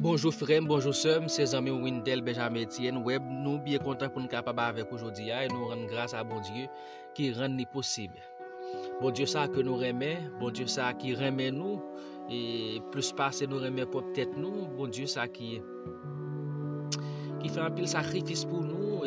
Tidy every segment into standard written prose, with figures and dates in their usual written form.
Bonjour frère, bonjour sœur, c'est amis Windel Benjamin Etienne Web. Nous bien contents pour nous capables avec aujourd'hui et nous rendre grâce à bon Dieu qui rend nous possible. Bon Dieu ça que nous remet, bon Dieu ça qui remet nous et plus passer nous remet pour peut-être nous, bon Dieu ça qui fait un pile sacrifice pour nous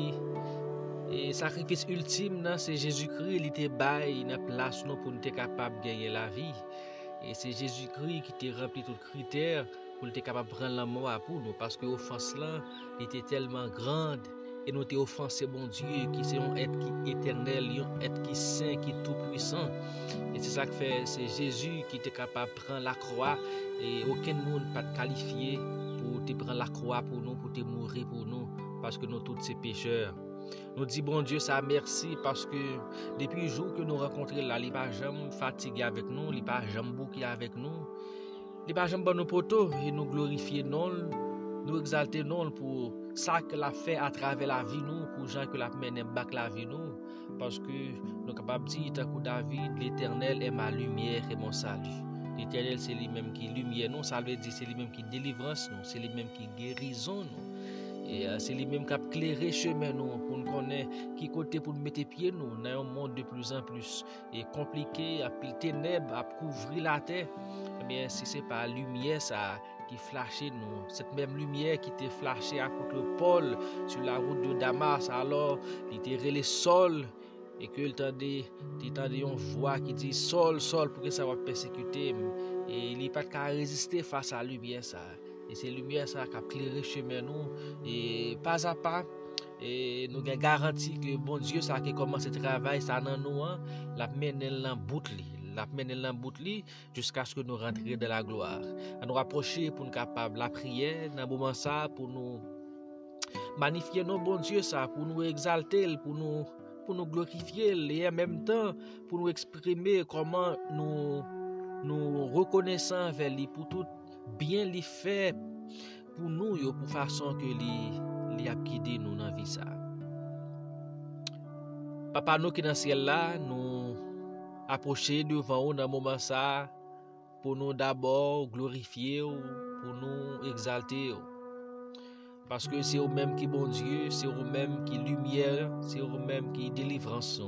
et sacrifice ultime c'est Jésus-Christ, il était bail dans place nous pour nous être capable de gagner la vie. Et c'est Jésus-Christ qui t'a rempli tous les critères pour être capable de prendre la mort pour nous. Parce que l'offense là était tellement grande et nous t'ai offensé bon Dieu qui c'est un être qui éternel, un être qui saint, qui tout puissant. Et c'est ça que fait, c'est Jésus qui était capable de prendre la croix et aucun monde pas qualifié pour te prendre la croix pour nous, pour te mourir pour nous, parce que nous tous ces pécheurs. Nous disons bon Dieu ça merci parce que depuis le jour que nous rencontrons là, il n'est pas jamais fatigué avec nous, il n'est pas jamais bouqué avec nous, il n'est pas jamais bon nos poteaux et nous glorifier non, nous exalter non pour ça que l'a fait à travers la vie nous, pour gens que l'a mené back la vie nous, parce que nous sommes capables de dire tant que David, l'Éternel est ma lumière et mon salut. L'Éternel c'est lui-même qui lumière nous, ça veut dire c'est lui-même qui délivrance nous, c'est lui-même qui guérison nous. Et c'est lui-même qui a éclairé chemin nous pour nous connaître qui côté pour nous mettre pied nous dans un monde de plus en plus et compliqué, à pile ténèbres, à couvrir la terre. Eh bien, si c'est pas la lumière ça qui flashait nous, cette même lumière qui était flashée à contre Paul sur la route de Damas, alors il était relé Saul et que il tendait une voix qui dit Saul, Saul, pour que ça va persécuter et il n'est pas qu'à résister face à la lumière ça. Et c'est lumière ça qui a éclairé chemin nous et pas à pas et nous avons garanti que bon Dieu ça qui commence ce travail ça dans nous la mener dans bout jusqu'à ce que nous rentrions dans la gloire. À nous rapprocher pour nous capables la prière dans moment ça pour nous magnifier nos bon Dieu ça pour nous exalter pour nous glorifier et en même temps pour nous exprimer comment nous reconnaissons vers lui pour tout bien li fait pour nous yo pour façon que li a guidé nous dans vie ça. Papa nous qui dans ciel là nous approcher devant nous dans moment ça pour nous d'abord glorifier pour nous exalter parce que c'est vous même qui bon Dieu, c'est vous même qui lumière, c'est vous même qui délivrance.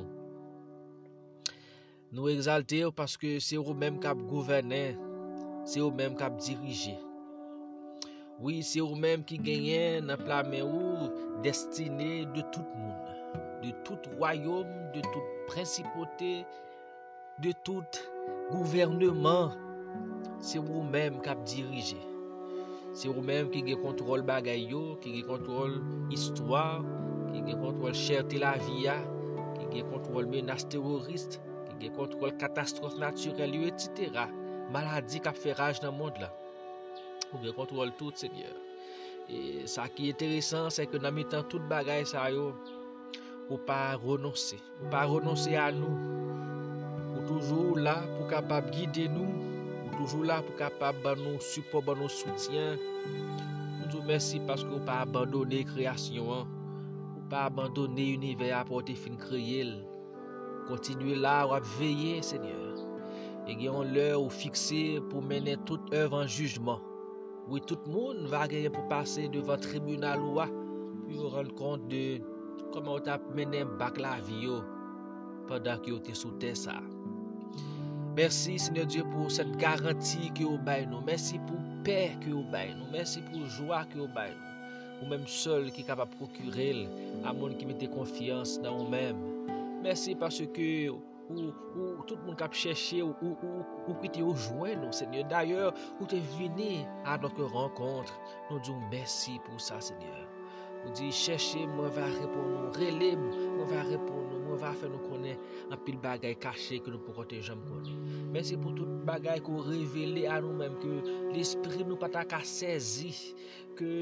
Nous exalter parce que c'est vous même qui gouverner, c'est vous même qui diriger. Oui, c'est vous-même qui gagnez dans la main ou destinée de tout le monde, de tout royaume, de toute principauté, de tout gouvernement. C'est vous-même qui dirigez. C'est vous-même qui contrôle bagay yo, qui contrôle histoire, qui contrôle cherté la vie, qui contrôle menace terroriste, qui contrôle catastrophe naturelle, etc. Maladie qui fait rage dans le monde là. Ou bien contrôle tout, Seigneur. Et ça qui est intéressant, c'est que dans le temps, toute bagaille, ça yo, ou pas renoncer. Ou pas renoncer à nous. Ou toujours là pour capable guider nous. Ou toujours là pour capable nous support, nous soutien. Nous vous merci parce que vous pas abandonné la création. Ou pas abandonné l'univers à porter fin créer. Continuez là, ou à veiller, Seigneur. Et ayons l'heure ou fixée pour mener toute œuvre en jugement. Oui, tout le monde va gagner pour passer devant le tribunal ou pour rendre compte de comment tu as mené back la vie pendant que tu es sous terre ça. Merci Seigneur Dieu pour cette garantie que vous baillez nous. Merci pour paix que vous baillez nous. Merci pour joie que vous baillez nous. Ou même seul qui est capable de procurer à monde qui mette confiance dans vous-même. Merci parce que ou tout le monde qui a cherché ou qui te rejoint nous Seigneur. D'ailleurs, ou te venu à notre rencontre. Nous disons merci pour ça Seigneur. Nous disons cherchez, moi va répondre, relève, moi va répondre, moi va faire nous connaître un pile bagaille caché que nous pourrons jamais connaître. Merci pour toute bagaille que vous révélez à nous-mêmes que l'esprit nous pas qu'à saisir que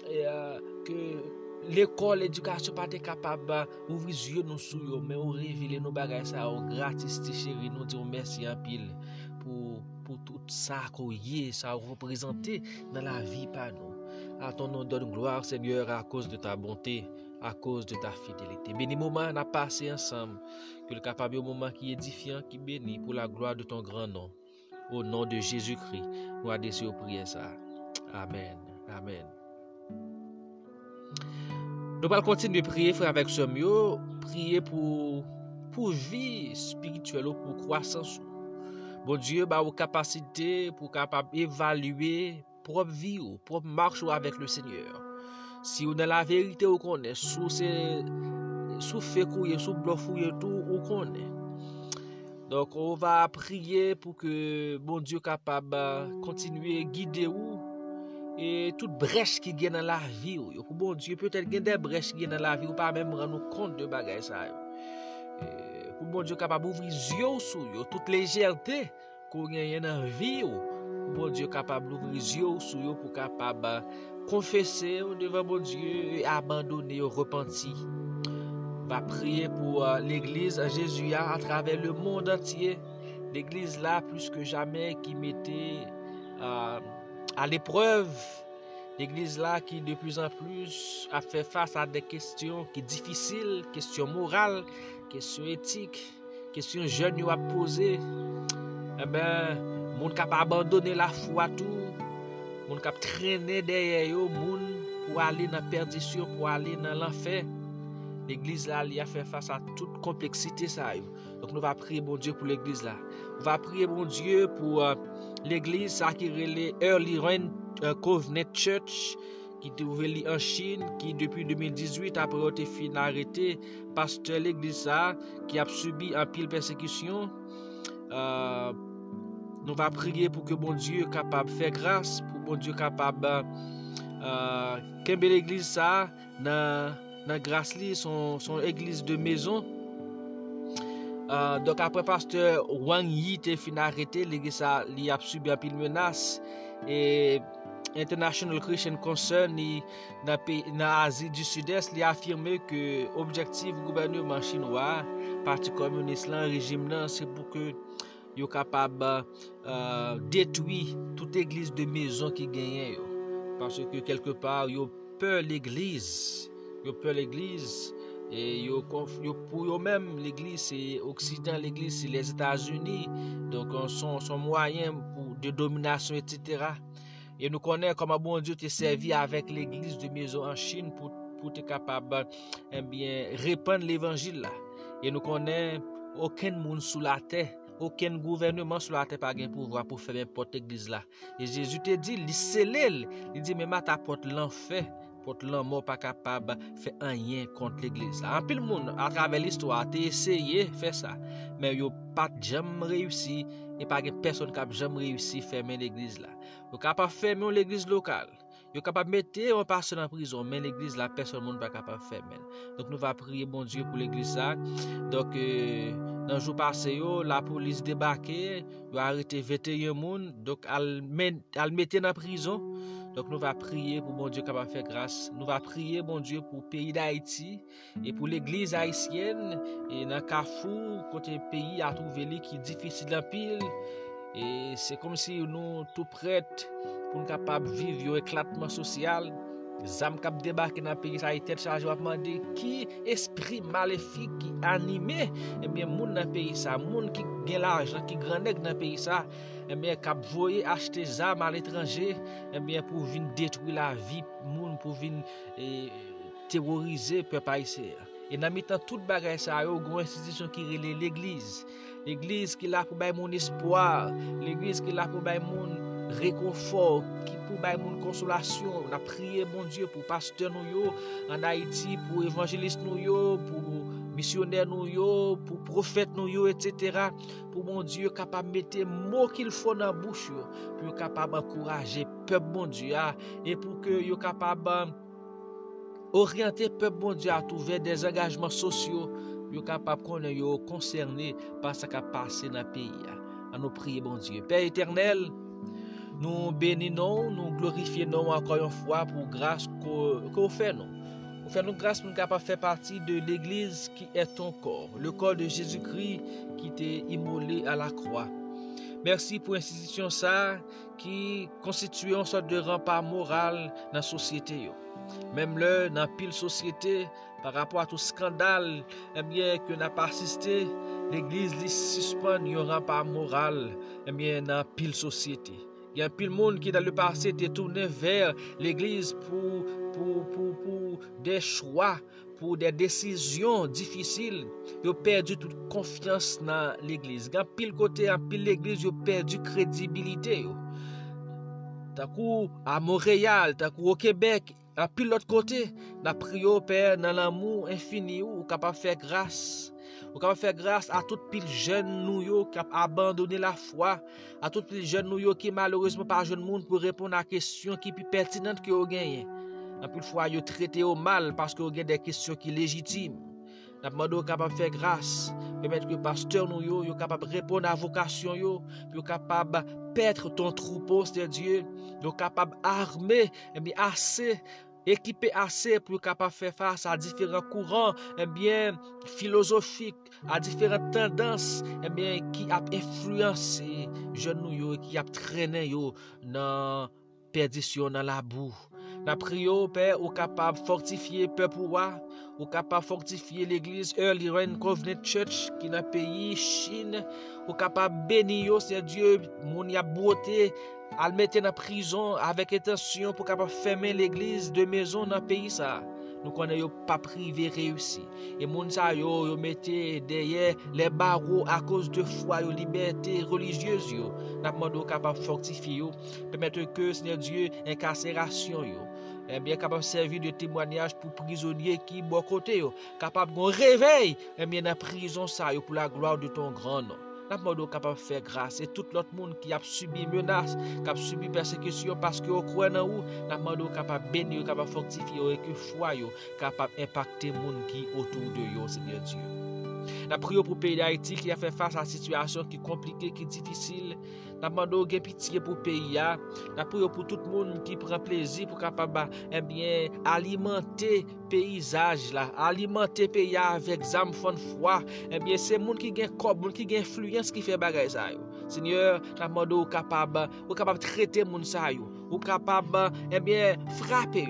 l'école, l'éducation pas capable d'ouvrir les yeux nous sur eux, mais on révèle nos bagages ça gratis chérie, nous disons merci en pile pour tout ça qu'on y est, ça représenté dans la vie par nous. À ton nom donne gloire Seigneur à cause de ta bonté, à cause de ta fidélité. Béni moment on a passé ensemble, que le capable au moment qui est édifiant, qui bénit pour la gloire de ton grand nom. Au nom de Jésus-Christ, nous adressons prière ça. Amen. Amen. Nous allons continuer à prier, frère, avec ce mieux. Prier pour vie spirituelle, pour croissance. Bon Dieu, bah, aux capacités pour capable évaluer propre vie ou propre marche avec le Seigneur. Si on a la vérité, on connaît. Sous fait couiller, sous bluff tout, on connaît. Donc, on va prier pour que bon Dieu capable continuer à guider ou et toute brèche qui gagne dans la vie ou pour bon Dieu peut-être gagne des brèches qui gagne dans la vie ou pas même rendre compte de bagaille ça. Pour bon Dieu capable ouvrir yeux sur yo toute légèreté qu'on gagne dans la vie ou pour bon Dieu capable ouvrir yeux sur yo pour capable confesser devant bon Dieu et abandonner au repenti. Va prier pour l'église Jésus à travers le monde entier. L'église là plus que jamais qui mettait à l'épreuve. L'église là qui de plus en plus a fait face à des questions qui sont difficiles, questions morales, questions éthiques, questions jeunes à poser. Eh ben, moun k'ap abandonner la foi tout, moun k'ap traîner derrière yo, moun pour aller dans la perdition, pour aller dans l'enfer. L'église là, il a fait face à toute complexité ça. Donc nous va prier bon Dieu pour l'église là. On va prier bon Dieu pour l'église ça qui relève Early Rain Covenant Church qui est ouvert en Chine, qui depuis 2018 après été fin arrêté pasteur l'église ça qui a subi un pile persécution. Nous va prier pour que bon Dieu capable faire grâce, pour bon Dieu capable kembe l'église ça dans grâce li son église de maison. Donc après pasteur Wang Yi te fin arrêté, l'église ça li a subi un pile menace et International Christian Concern dans Asie du Sud-Est li a affirmé que objectif gouvernement chinois parti communiste là régime là c'est pour que yo capable détruire toute église de maison qui gagne parce que quelque part yo peur l'église et pour eux même l'église c'est Occident, l'église c'est les États-Unis, donc son moyen de domination etc. Et nous connaissons comment bon Dieu t'a servi avec l'église de maison en Chine pour être capable bien répandre l'évangile là. Et nous connaissons aucun monde sous la terre, aucun gouvernement sur la terre pas gain pouvoir pour faire n'importe église là. Et Jésus te dit, il scellé, il dit même ta porte l'enfer, porte l'amour pas capable faire rien contre l'église là. En pile monde à travers l'histoire t'es essayé faire ça, mais yo pas jamais réussi et pas personne qui a jamais réussi fermer l'église là. Yo capable fermer l'église locale. Yo capable mettre un pasteur en prison, mais l'église là personne monde pas capable fermer. Donc nous va prier bon Dieu pour l'église là. Donc dans le jour passé la police débarqué, yo arrêté 21 moun, donc al mettre dans prison. Donc nous va prier pour bon Dieu capable faire grâce. Nous va prier bon Dieu pour le pays d'Haïti et pour l'église haïtienne et dans Carrefour côté pays a trouvé qui difficile en pile et c'est comme si nous tout prêts pour nous capable vivre un éclatement social. Zam kap débarqué dans le pays ça tête chargé va demander qui esprit maléfique qui animé et bien moun dans pays ça moun qui gagne l'argent qui grand nèg dans pays ça et bien k'ap voyer acheter zam à l'étranger et bien pour venir détruire la vie moun pour venir terroriser peuple haïtien. Et dans mitan toute bagaille ça yo une institution qui relève l'église qui là pour bay mon espoir, l'église qui là pour bay mon réconfort, qui pour bay moun consolation. On a prié bon Dieu pour pasteur nous yo en Haïti, pour évangéliste nous yo, pour missionnaire nous yo, pour prophète nous yo etc. Pour mon Dieu capable mettre mots qu'il faut dans bouche yo, pour capable encourager peuple bon Dieu et pour que yo capable orienter peuple bon Dieu à trouver des engagements sociaux, yo capable connaître yo concerné par ce qui a passé dans le pays. À nous prier bon Dieu. Père éternel, nous bénissons, nous glorifions encore une fois pour grâce qu'on fait nous. Vous faites nous grâce pour nous capables de faire partie de l'église qui est ton corps, le corps de Jésus-Christ qui t'est immolé à la croix. Merci pour l'institution ça qui constitue une sorte de rempart moral dans la société. Même là, dans pile société, par rapport à tout scandale bien, que n'a pas assisté, l'église suspend un rempart moral bien, dans pile société. Il y a un pile monde qui dans le passé était tourné vers l'église pour des choix, pour des décisions difficiles. Ils ont perdu toute confiance dans l'église. Il y a un pile côté, un pile l'église, ils ont perdu crédibilité. T'as coup à Montréal, t'as coup au Québec, à pile l'autre côté, n'a prié Père dans l'amour infini ou capable faire grâce. Ou capable faire grâce à tout pile jeune nous yo qui a abandonné la foi, à tout pile jeune nous yo qui malheureusement pas jeune monde pour répondre à la question qui plus pertinente que vous gagnez. En plus fois yo traité au mal parce que vous avez des questions qui légitimes. N'a demandé capable faire grâce, permettre que pasteur nous yo capable répondre à vocation yo, puis capable paître ton troupeau, c'est Dieu, yo capable armer et bien assez équipé assez pour capable faire face à différents courants philosophiques, à différentes tendances qui a influencé jeunes nous qui a traîné yo dans perdition dans la boue. La prière Père ou capable fortifier peuple ou capable fortifier l'église Early Rain Covenant Church qui dans le pays Chine ou capable bénir c'est Dieu mon y a beauté à le mettre dans prison avec intention pour capable fermer l'église de maison dans le pays ça. Nous connaissons pas privé réussi. Et moun sa yo mettez derrière les barreaux à cause de foi, yo liberté religieuse yo. N'a demandé capable fortifier yo, permettre que Seigneur Dieu incarcération yo. Bien capable servir de témoignage pour prisonniers qui bon côté yo, capable gon réveil bien dans prison ça yo pour la gloire de ton grand nom. N'a demandé capable faire grâce et tout l'autre monde qui a subi menace, qui a subi persécution parce que au croit dans ou, n'a demandé capable bénir, capable fortifier et que foi yo capable impacter monde qui autour de yo Seigneur Dieu. La prière pour le pays d'Haïti qui a fait face à une situation qui est compliquée, qui est difficile. La demandé gen pitié pour le pays. La prière pour tout le monde qui prend plaisir pour capable alimenter le paysage, alimenter le pays avec âme, foi. C'est le monde qui a corps, qui a influence qui fait bagay ça. Seigneur, la demandé capable traiter le monde ça, ou capable frapper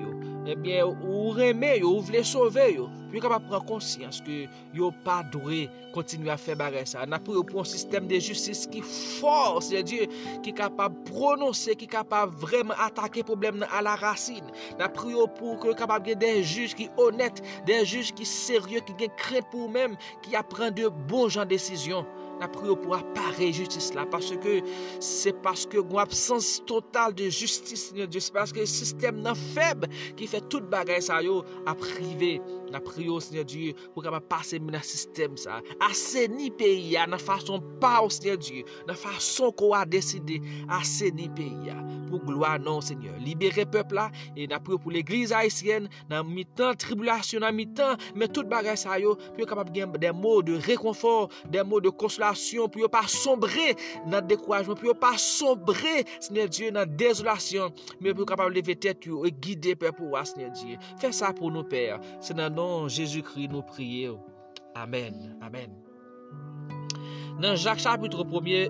ou remet ou voulez sauver yo, puis capable prendre conscience que yo pas doué continuer à faire bagay ça. N'a prié pour un système de justice qui fort, c'est Dieu, qui capable prononcer, qui capable vraiment attaquer problème à la racine. N'a prié pour que capable des juges qui honnêtes, des juges qui sérieux, qui gagnent crainte pour eux-mêmes, qui apprennent de bons gens de décision. La prière pour appareil justice là parce que c'est parce que une absence totale de justice Seigneur Dieu, c'est parce que le système n'est faible qui fait toute bagaille ça yo à priver. La prière Seigneur Dieu pour capable passer dans le système ça, assainir pays dans façon pas Seigneur Dieu, dans façon qu'on a décidé assainir pays pour gloire non Seigneur. Libérer peuple là et la prière pour l'église haïtienne dans mi-temps tribulation dans mi-temps mais toute bagaille ça yo pour capable gagner des mots de réconfort, des mots de consolation pour ne pas sombrer dans le découragement, pour ne pas sombrer, Seigneur Dieu, dans la désolation, mais pour capable lever tête et guider Père pour Seigneur Dieu. Fais ça pour nous, Père. C'est dans le nom de Jésus-Christ nous prions. Amen. Amen. Dans Jacques chapitre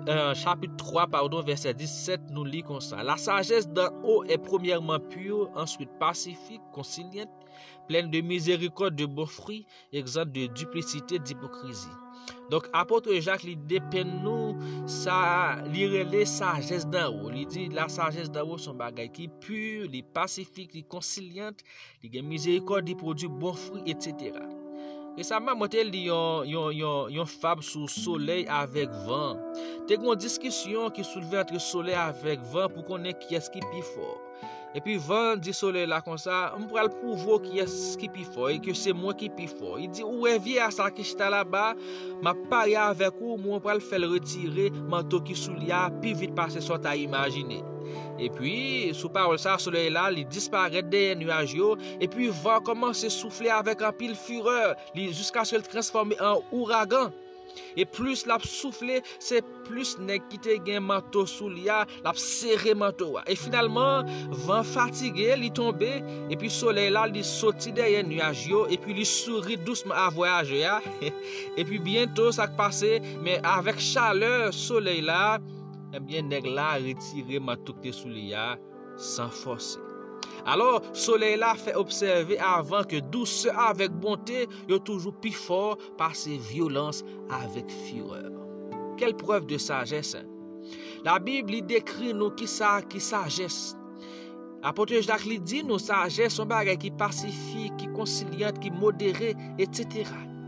3, verset 17, nous lisons comme ça. La sagesse d'en haut est premièrement pure, ensuite pacifique, conciliante, pleine de miséricorde, de bons fruits, exempte de duplicité, d'hypocrisie. Donc, apôtre Jacques, il dépeint nous, ça, les sagesse d'en haut. Il dit, la sagesse d'en haut, son bagay qui est pure, qui est pacifique, qui est conciliante, qui est miséricorde, qui produit bons fruits, etc. Récemment, moi, j'ai lu une fable sur le soleil avec vent. Il y a une discussion qui soulevait entre soleil avec vent pour connaître qui est-ce qui est plus fort. Et puis vent dit soleil là comme ça, on pourra le prouver qui est qui plus fort et que c'est moi qui plus fort. Il dit où est vieux à ça qui est là-bas, m'a parlé avec vous, moi on pourra le faire retirer manteau qui sous lia plus vite passer soit à imaginer. Et puis sous parole ça soleil là, il disparaît des nuages et puis vent commence à souffler avec un pile fureur, jusqu'à se transformer en ouragan. Et plus la souffler, c'est plus nèg qui te gen manteau sous lia, la serré manteau. Et finalement, vent fatigué, li tombé et puis soleil là, li sorti derrière nuage et puis li sourit doucement à voyager. Et puis bientôt ça passé, mais avec chaleur soleil là, eh bien nèg là retiré manteau te sous lia sans forcer. Alors, soleil là fait observer avant que douceur avec bonté est toujours plus fort par ses violences avec fureur. Quelle preuve de sagesse! La Bible il décrit nous qui sagesse. Apôtre Jacques lui dit nous sagesse son bagage qui pacifique, qui conciliante, qui modéré, etc.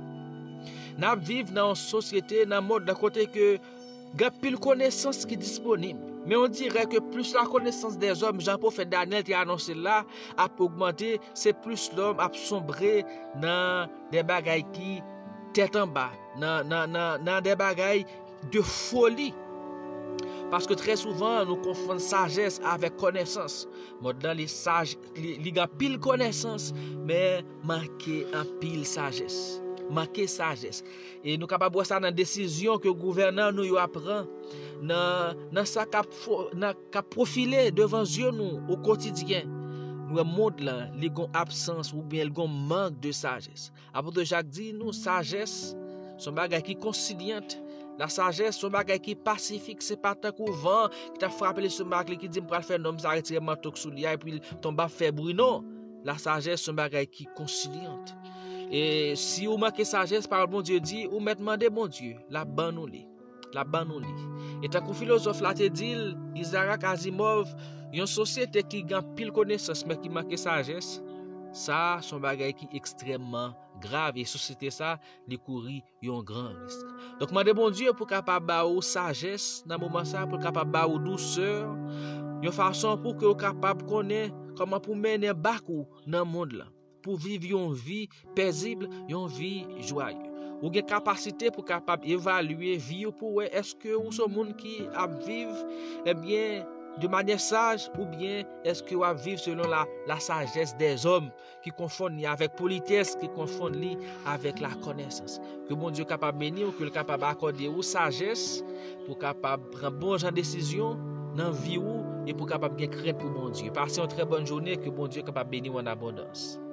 Nous vivons dans une société, dans un mode de côté que il y a plus de connaissances qui sont disponibles. Mais on dirait que plus la connaissance des hommes, Jean-Prophète Daniel qui a annoncé là, a augmenté, c'est plus l'homme a sombré dans des bagailles qui tête en bas, dans des bagailles de folie. Parce que très souvent, nous confondons sagesse avec connaissance. Maintenant, les sages, il y a pile connaissance, mais manquer un pile sagesse. Manquer sagesse. Et nous sommes capables de voir ça dans la décision que le gouverneur nous apprend, dans ça qu'a profilé devant Dieu nous au quotidien. Nous montre là, il y a une absence ou bien il y a un manque de sagesse. Apôtre Jacques dit, nous, sagesse, son bagage qui conciliante. La sagesse, son bagage qui pacifique, c'est pas tant qu'au vent qui t'a frappé le stomac qui dit, m'pral faire un homme s'arrêter manteau sous lui et puis tomber faire bruit. Non, la sagesse, son bagage qui conciliante. Et si vous manquez sagesse, par bon Dieu dit, ou mettez demander bon Dieu, la ban nous li. La ban nous li. Et tant que philosophe là te dit, Isaac Asimov, une société qui gagne pile connaissance mais qui manque sagesse, ça son bagage qui extrêmement grave et société ça li courir un grand risque. Donc demandez bon Dieu pour capable ba ou sagesse dans moment ça, pour capable ba ou douceur, une façon pour que vous capable connaître comment pour mener bakou dans monde là, pour vivre une vie paisible, une vie joyeuse. Ou avez capacité pour capable évaluer vie pour est-ce que vous êtes monde qui a vivre eh bien de manière sage ou bien est-ce que vous vivre selon la sagesse des hommes qui confondent avec politesse, qui confondent avec la connaissance. Que bon Dieu capable bénir ou que le capable accorder ou sagesse pour capable prendre bon genre de décision dans vie ou et pour capable bien craindre pour bon Dieu. Passez une très bonne journée, que bon Dieu capable bénir en abondance.